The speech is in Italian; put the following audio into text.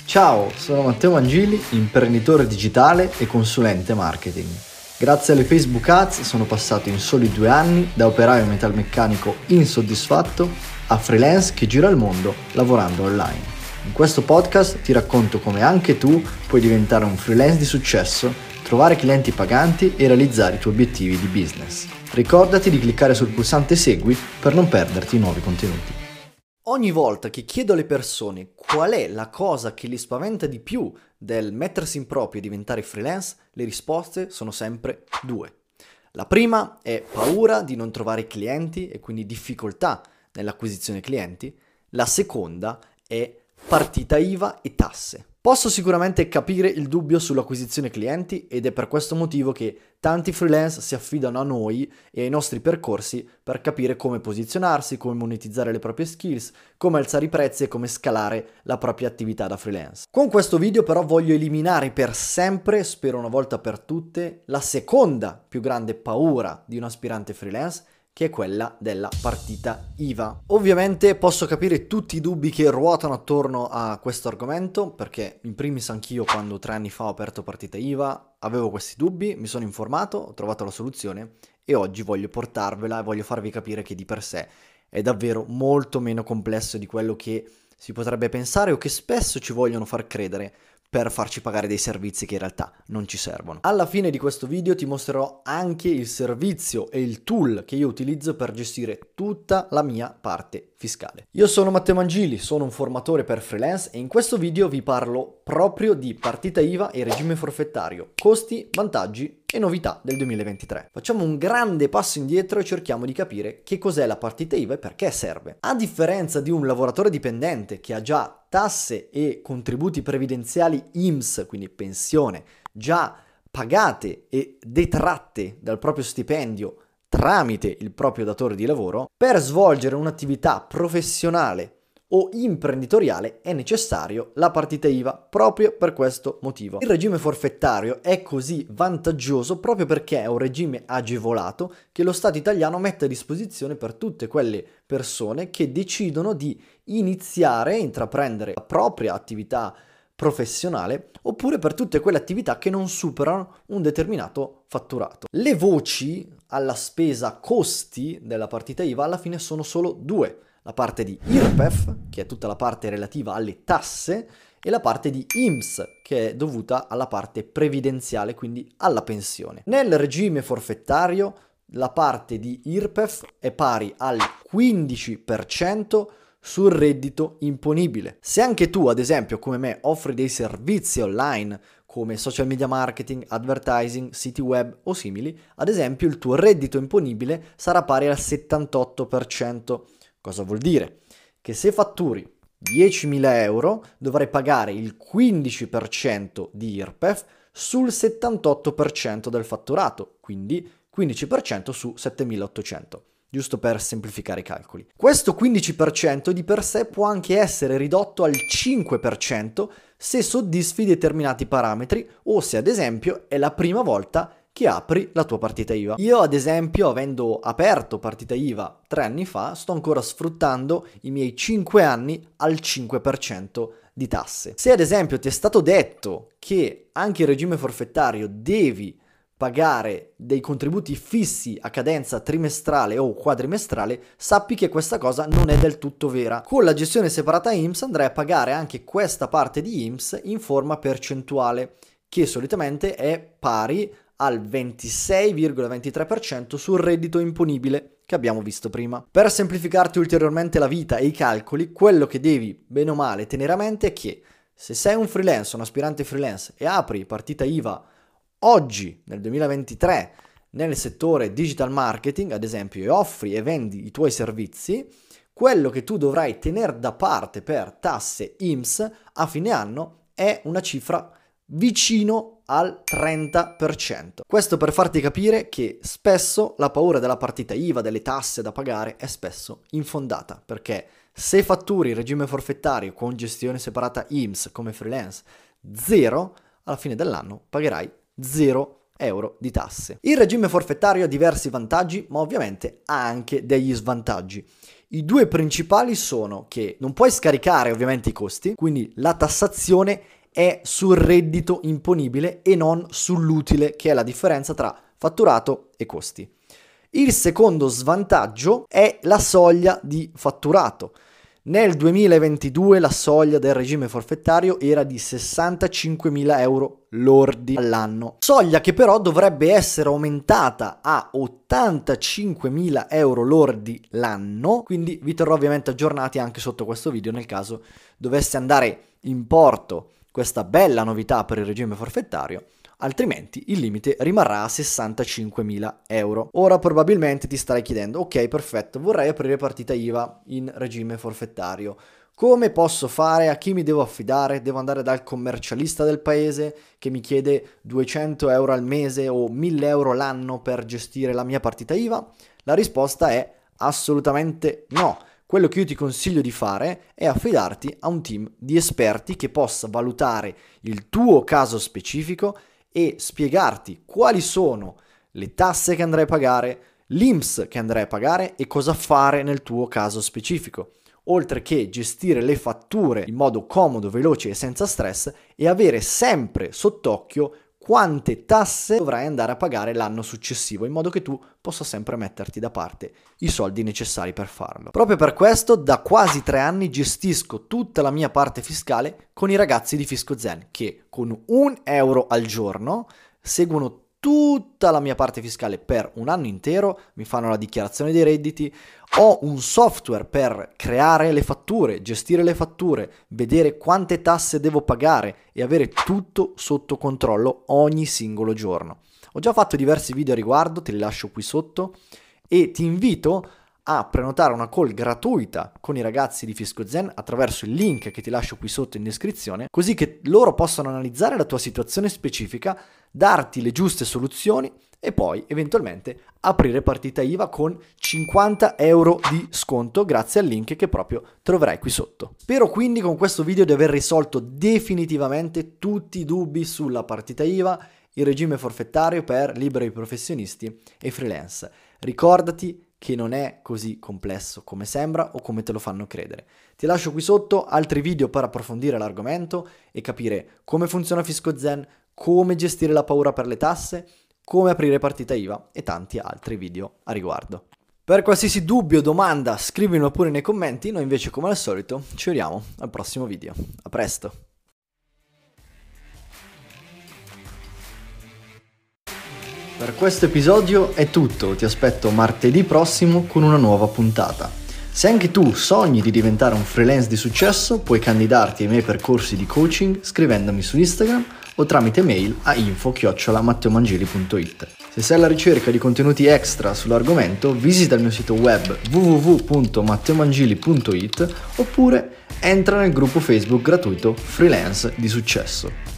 Ciao, sono Matteo Mangili, imprenditore digitale e consulente marketing. Grazie alle Facebook Ads sono passato in soli 2 anni da operaio metalmeccanico insoddisfatto a freelance che gira il mondo lavorando online. In questo podcast ti racconto come anche tu puoi diventare un freelance di successo, trovare clienti paganti e realizzare i tuoi obiettivi di business. Ricordati di cliccare sul pulsante Segui per non perderti i nuovi contenuti. Ogni volta che chiedo alle persone qual è la cosa che li spaventa di più del mettersi in proprio e diventare freelance, le risposte sono sempre 2. La prima è paura di non trovare clienti e quindi difficoltà nell'acquisizione clienti. La seconda è partita IVA e tasse. Posso sicuramente capire il dubbio sull'acquisizione clienti ed è per questo motivo che tanti freelance si affidano a noi e ai nostri percorsi per capire come posizionarsi, come monetizzare le proprie skills, come alzare i prezzi e come scalare la propria attività da freelance. Con questo video però voglio eliminare per sempre, spero una volta per tutte, la seconda più grande paura di un aspirante freelance, che è quella della partita IVA. Ovviamente posso capire tutti i dubbi che ruotano attorno a questo argomento, perché in primis anch'io quando 3 anni fa ho aperto partita IVA avevo questi dubbi, mi sono informato, ho trovato la soluzione e oggi voglio portarvela e voglio farvi capire che di per sé è davvero molto meno complesso di quello che si potrebbe pensare o che spesso ci vogliono far credere per farci pagare dei servizi che in realtà non ci servono. Alla fine di questo video ti mostrerò anche il servizio e il tool che io utilizzo per gestire tutta la mia parte fiscale. Io sono Matteo Mangili, sono un formatore per freelance e in questo video vi parlo proprio di partita IVA e regime forfettario, costi, vantaggi e novità del 2023. Facciamo un grande passo indietro e cerchiamo di capire che cos'è la partita IVA e perché serve. A differenza di un lavoratore dipendente che ha già tasse e contributi previdenziali INPS, quindi pensione, già pagate e detratte dal proprio stipendio tramite il proprio datore di lavoro, per svolgere un'attività professionale o imprenditoriale è necessario la partita IVA proprio per questo motivo. Il regime forfettario è così vantaggioso proprio perché è un regime agevolato che lo Stato italiano mette a disposizione per tutte quelle persone che decidono di iniziare a intraprendere la propria attività professionale oppure per tutte quelle attività che non superano un determinato fatturato. Le voci alla spesa costi della partita IVA alla fine sono solo 2. La parte di IRPEF, che è tutta la parte relativa alle tasse, e la parte di INPS, che è dovuta alla parte previdenziale, quindi alla pensione. Nel regime forfettario la parte di IRPEF è pari al 15% sul reddito imponibile. Se anche tu, ad esempio, come me, offri dei servizi online come social media marketing, advertising, siti web o simili, ad esempio il tuo reddito imponibile sarà pari al 78%. Cosa vuol dire? Che se fatturi 10.000 euro dovrai pagare il 15% di IRPEF sul 78% del fatturato, quindi 15% su 7.800. Giusto per semplificare i calcoli. Questo 15% di per sé può anche essere ridotto al 5% se soddisfi determinati parametri o se ad esempio è la prima volta che apri la tua partita IVA. Io ad esempio, avendo aperto partita IVA 3 anni fa, sto ancora sfruttando i miei 5 anni al 5% di tasse. Se ad esempio ti è stato detto che anche il regime forfettario devi pagare dei contributi fissi a cadenza trimestrale o quadrimestrale, sappi che questa cosa non è del tutto vera. Con la gestione separata INPS andrai a pagare anche questa parte di INPS in forma percentuale, che solitamente è pari al 26,23% sul reddito imponibile che abbiamo visto prima. Per semplificarti ulteriormente la vita e i calcoli, quello che devi bene o male tenere a mente è che se sei un freelance, un aspirante freelance e apri partita IVA oggi, nel 2023, nel settore digital marketing, ad esempio, e offri e vendi i tuoi servizi, quello che tu dovrai tenere da parte per tasse INPS a fine anno è una cifra vicino al 30%. Questo per farti capire che spesso la paura della partita IVA, delle tasse da pagare, è spesso infondata, perché se fatturi il regime forfettario con gestione separata INPS come freelance 0, alla fine dell'anno pagherai 0 euro di tasse. Il regime forfettario ha diversi vantaggi, ma ovviamente ha anche degli svantaggi. I due principali sono che non puoi scaricare ovviamente i costi, quindi la tassazione è sul reddito imponibile e non sull'utile, che è la differenza tra fatturato e costi. Il secondo svantaggio è la soglia di fatturato. Nel 2022 la soglia del regime forfettario era di 65.000 euro lordi all'anno, soglia che però dovrebbe essere aumentata a 85.000 euro lordi l'anno, quindi vi terrò ovviamente aggiornati anche sotto questo video nel caso dovesse andare in porto questa bella novità per il regime forfettario. Altrimenti il limite rimarrà a 65.000 euro. Ora probabilmente ti starai chiedendo, ok, perfetto, vorrei aprire partita IVA in regime forfettario. Come posso fare? A chi mi devo affidare? Devo andare dal commercialista del paese che mi chiede 200 euro al mese o 1.000 euro l'anno per gestire la mia partita IVA? La risposta è assolutamente no. Quello che io ti consiglio di fare è affidarti a un team di esperti che possa valutare il tuo caso specifico e spiegarti quali sono le tasse che andrai a pagare, l'INPS che andrai a pagare e cosa fare nel tuo caso specifico, oltre che gestire le fatture in modo comodo, veloce e senza stress e avere sempre sott'occhio quante tasse dovrai andare a pagare l'anno successivo, in modo che tu possa sempre metterti da parte i soldi necessari per farlo. Proprio per questo da quasi 3 anni gestisco tutta la mia parte fiscale con i ragazzi di Fisco Zen, che con 1 euro al giorno seguono tutta la mia parte fiscale per un anno intero, mi fanno la dichiarazione dei redditi, ho un software per creare le fatture, gestire le fatture, vedere quante tasse devo pagare e avere tutto sotto controllo ogni singolo giorno. Ho già fatto diversi video a riguardo, te li lascio qui sotto e ti invito a prenotare una call gratuita con i ragazzi di Fisco Zen attraverso il link che ti lascio qui sotto in descrizione, così che loro possano analizzare la tua situazione specifica, darti le giuste soluzioni e poi eventualmente aprire partita IVA con 50 euro di sconto grazie al link che proprio troverai qui sotto. Spero quindi con questo video di aver risolto definitivamente tutti i dubbi sulla partita IVA, il regime forfettario per liberi professionisti e freelance. Ricordati che non è così complesso come sembra o come te lo fanno credere. Ti lascio qui sotto altri video per approfondire l'argomento e capire come funziona Fisco Zen, come gestire la paura per le tasse, come aprire partita IVA e tanti altri video a riguardo. Per qualsiasi dubbio o domanda scrivimelo pure nei commenti, noi invece come al solito ci vediamo al prossimo video. A presto! Per questo episodio è tutto, ti aspetto martedì prossimo con una nuova puntata. Se anche tu sogni di diventare un freelance di successo, puoi candidarti ai miei percorsi di coaching scrivendomi su Instagram o tramite mail a info@matteomangeli.it. Se sei alla ricerca di contenuti extra sull'argomento, visita il mio sito web www.matteomangeli.it oppure entra nel gruppo Facebook gratuito Freelance di Successo.